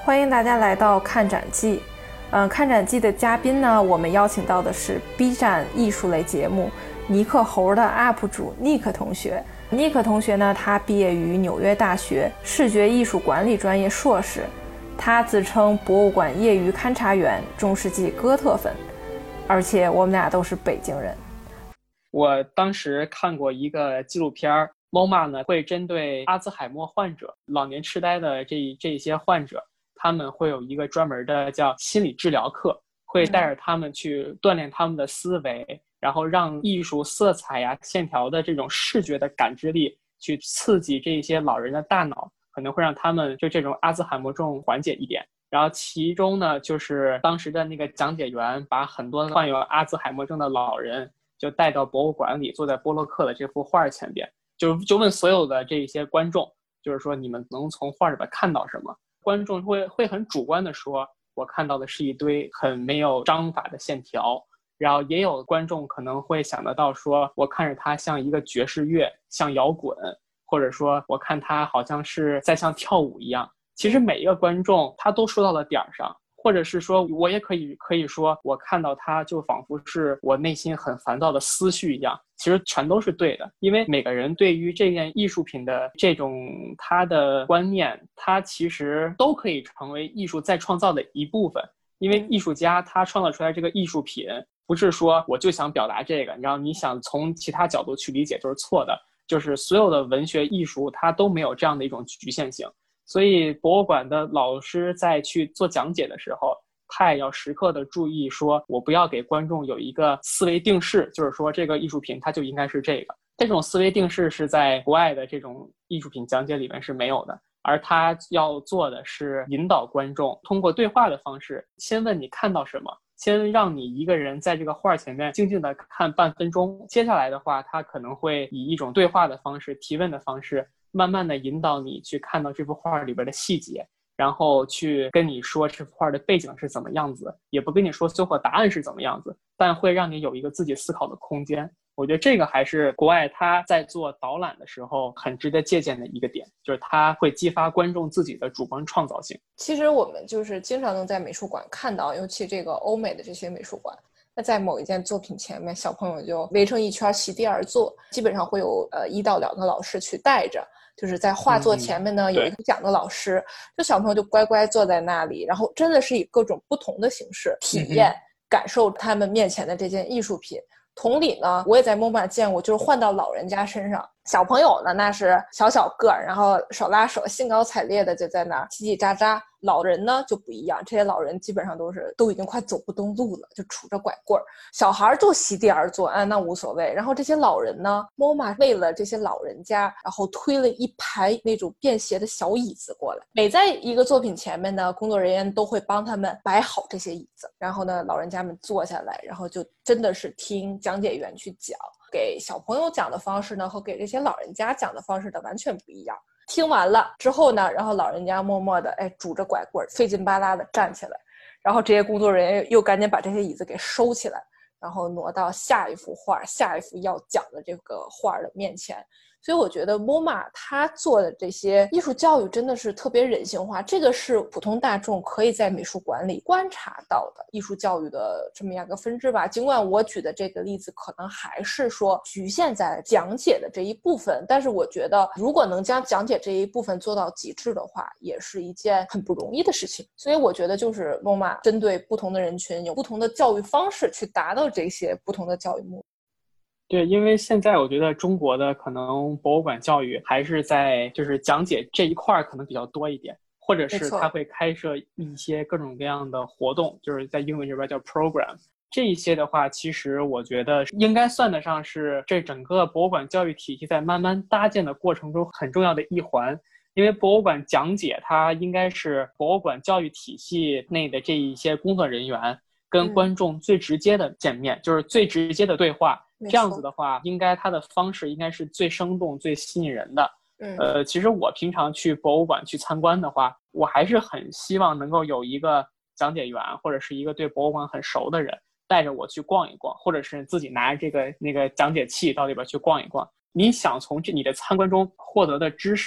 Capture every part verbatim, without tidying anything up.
欢迎大家来到看展记。嗯，看展记的嘉宾呢，我们邀请到的是 B 站艺术类节目尼克猴的 U P 主 Nick 同学。Nick 同学呢，他毕业于纽约大学视觉艺术管理专业硕士，他自称博物馆业余勘察员、中世纪哥特粉，而且我们俩都是北京人。 我当时看过一个纪录片 M O M A 呢会针对阿兹海默患者、老年痴呆的这这些患者，他们会有一个专门的叫心理治疗课，会带着他们去锻炼他们的思维，然后让艺术色彩呀、线条的这种视觉的感知力去刺激这些老人的大脑，可能会让他们就这种阿兹海默症缓解一点。然后其中呢，就是当时的那个讲解员把很多患有阿兹海默症的老人就带到博物馆里，坐在波洛克的这幅画前边，就就问所有的这些观众，就是说你们能从画里边看到什么？观众会会很主观的说，我看到的是一堆很没有章法的线条。然后也有观众可能会想得到说，我看着它像一个爵士乐，像摇滚，或者说我看它好像是在像跳舞一样。其实每一个观众他都说到了点儿上，或者是说我也可以可以说我看到它就仿佛是我内心很烦躁的思绪一样，其实全都是对的。因为每个人对于这件艺术品的这种他的观念，他其实都可以成为艺术再创造的一部分。因为艺术家他创造出来这个艺术品，不是说我就想表达这个，然后你想从其他角度去理解就是错的。就是所有的文学艺术它都没有这样的一种局限性。所以博物馆的老师在去做讲解的时候，他也要时刻的注意说，我不要给观众有一个思维定式，就是说这个艺术品它就应该是这个。这种思维定式是在国外的这种艺术品讲解里面是没有的，而他要做的是引导观众通过对话的方式，先问你看到什么，先让你一个人在这个画前面静静的看半分钟，接下来的话他可能会以一种对话的方式、提问的方式，慢慢的引导你去看到这幅画里边的细节，然后去跟你说这幅画的背景是怎么样子，也不跟你说最后答案是怎么样子，但会让你有一个自己思考的空间。我觉得这个还是国外他在做导览的时候很值得借鉴的一个点，就是他会激发观众自己的主观创造性。 其实我们就是经常能在美术馆看到，尤其这个欧美的这些美术馆，那在某一件作品前面，小朋友就围成一圈席地而坐，基本上会有呃一到两个老师去带着，就是在画作前面呢、嗯、有一个讲的老师，就小朋友就乖乖坐在那里，然后真的是以各种不同的形式体验、嗯、感受他们面前的这件艺术品。同理呢，我也在 M O M A 见过，就是换到老人家身上，小朋友呢那是小小个儿，然后手拉手兴高采烈的就在那儿叽叽喳喳。老人呢就不一样，这些老人基本上都是都已经快走不动路了，就杵着拐棍儿，小孩就席地而坐，啊那无所谓。然后这些老人呢 M O M A 为了这些老人家，然后推了一排那种便携的小椅子过来，每在一个作品前面呢，工作人员都会帮他们摆好这些椅子，然后呢老人家们坐下来，然后就真的是听讲解员去讲。给小朋友讲的方式呢和给这些老人家讲的方式呢完全不一样。听完了之后呢，然后老人家默默的哎拄着拐棍费劲巴拉的站起来，然后这些工作人员又赶紧把这些椅子给收起来，然后挪到下一幅画下一幅要讲的这个画的面前。所以我觉得 M O M A 他做的这些艺术教育真的是特别人性化，这个是普通大众可以在美术馆里观察到的艺术教育的这么样一个分支吧。尽管我举的这个例子可能还是说局限在讲解的这一部分，但是我觉得如果能将讲解这一部分做到极致的话，也是一件很不容易的事情。所以我觉得就是 M O M A 针对不同的人群有不同的教育方式去达到这些不同的教育目的。 对，因为现在我觉得中国的可能博物馆教育还是在就是讲解这一块可能比较多一点，或者是它会开设一些各种各样的活动，就是在英文这边叫 program。这一些的话，其实我觉得应该算得上是这整个博物馆教育体系在慢慢搭建的过程中很重要的一环。因为博物馆讲解它应该是博物馆教育体系内的这一些工作人员跟观众最直接的见面、嗯、就是最直接的对话。这样子的话，应该它的方式应该是最生动最吸引人的。嗯，呃，其实我平常去博物馆去参观的话，我还是很希望能够有一个讲解员或者是一个对博物馆很熟的人带着我去逛一逛，或者是自己拿着这个那个讲解器到里边去逛一逛。你想从这你的参观中获得的知识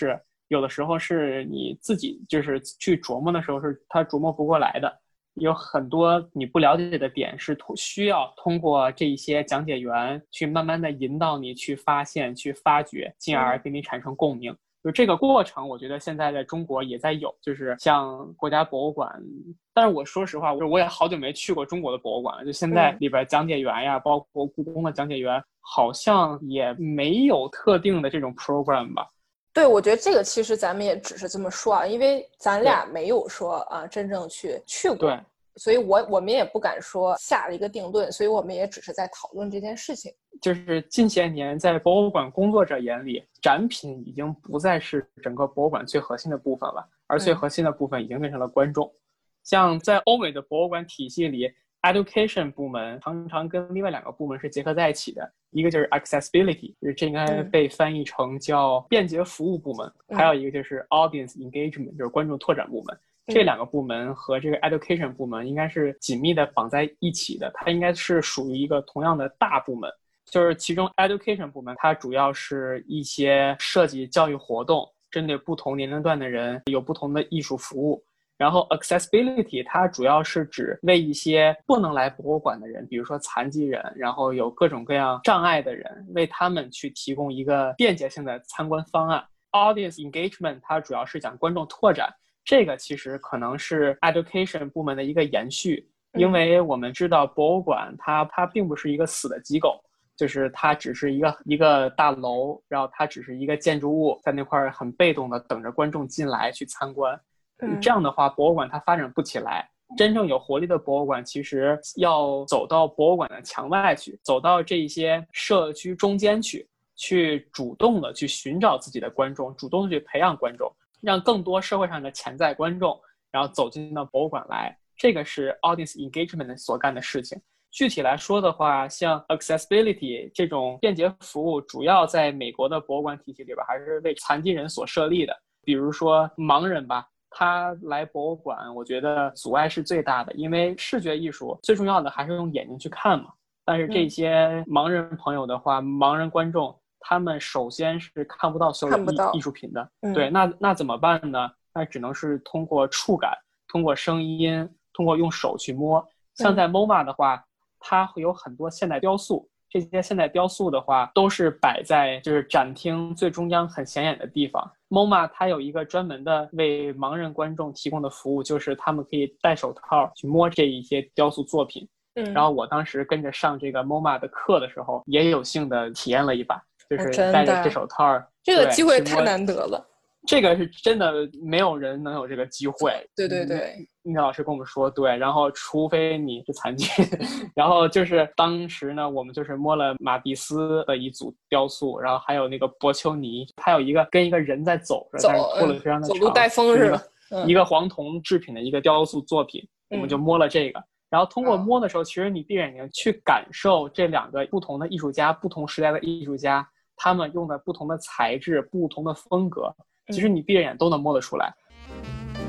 有的时候是你自己就是去琢磨的时候是他琢磨不过来的，有很多你不了解的点是需要通过这一些讲解员去慢慢的引导你去发现去发掘，进而给你产生共鸣。就这个过程我觉得现在在中国也在有，就是像国家博物馆，但是我说实话我也好久没去过中国的博物馆了，就现在里边讲解员呀、嗯、包括故宫的讲解员好像也没有特定的这种 program 吧。 对，我觉得这个其实咱们也只是这么说啊，因为咱俩没有说啊真正去去过， 对， 所以我我们也不敢说下了一个定论，所以我们也只是在讨论这件事情。 就是近些年在博物馆工作者眼里，展品已经不再是整个博物馆最核心的部分了，而最核心的部分已经变成了观众。嗯、像在欧美的博物馆体系里， education 部门常常跟另外两个部门是结合在一起的，一个就是 accessibility， 就是这应该被翻译成叫便捷服务部门、嗯、还有一个就是 audience engagement， 就是观众拓展部门。这两个部门和这个 education 部门应该是紧密的绑在一起的，它应该是属于一个同样的大部门。就是其中 education 部门它主要是一些设计教育活动，针对不同年龄段的人有不同的艺术服务。然后 accessibility 它主要是指为一些不能来博物馆的人，比如说残疾人，然后有各种各样障碍的人，为他们去提供一个便捷性的参观方案。 audience engagement 它主要是讲观众拓展，这个其实可能是 education 部门的一个延续，因为我们知道博物馆它它并不是一个死的机构，就是它只是一个一个大楼，然后它只是一个建筑物，在那块很被动的等着观众进来去参观。嗯、这样的话博物馆它发展不起来。真正有活力的博物馆其实要走到博物馆的墙外去，走到这些社区中间去，去主动的去寻找自己的观众，主动的去培养观众，让更多社会上的潜在观众然后走进到博物馆来，这个是 audience engagement 所干的事情。具体来说的话，像 accessibility 这种便捷服务主要在美国的博物馆体系里边还是为残疾人所设立的。比如说盲人吧，他来博物馆我觉得阻碍是最大的，因为视觉艺术最重要的还是用眼睛去看嘛。但是这些盲人朋友的话、嗯、盲人观众他们首先是看不到所有的艺术品的、嗯、对，那那怎么办呢？那只能是通过触感，通过声音，通过用手去摸。像在 MoMA 的话、嗯、它会有很多现代雕塑，这些现代雕塑的话都是摆在就是展厅最中央很显眼的地方。 MoMA 它有一个专门的为盲人观众提供的服务，就是他们可以戴手套去摸这一些雕塑作品。嗯，然后我当时跟着上这个 MoMA 的课的时候也有幸的体验了一把，就是戴着这手套、哦、 这个机会太难得了。 这个是真的没有人能有这个机会。 对对对， 那老师跟我们说，对，然后除非你是残疾然后就是当时呢我们就是摸了马蒂斯的一组雕塑，然后还有那个博丘尼，他有一个跟一个人在走着，但是拖了非常的长， 走路带风是吧、 嗯、一个黄铜制品的一个雕塑作品、嗯、我们就摸了这个。然后通过摸的时候、嗯、其实你闭着眼睛去感受这两个不同的艺术家，不同时代的艺术家，他们用的不同的材质，不同的风格，其实你闭着眼都能摸得出来。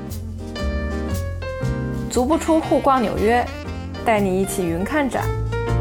足不出户逛纽约，带你一起云看展。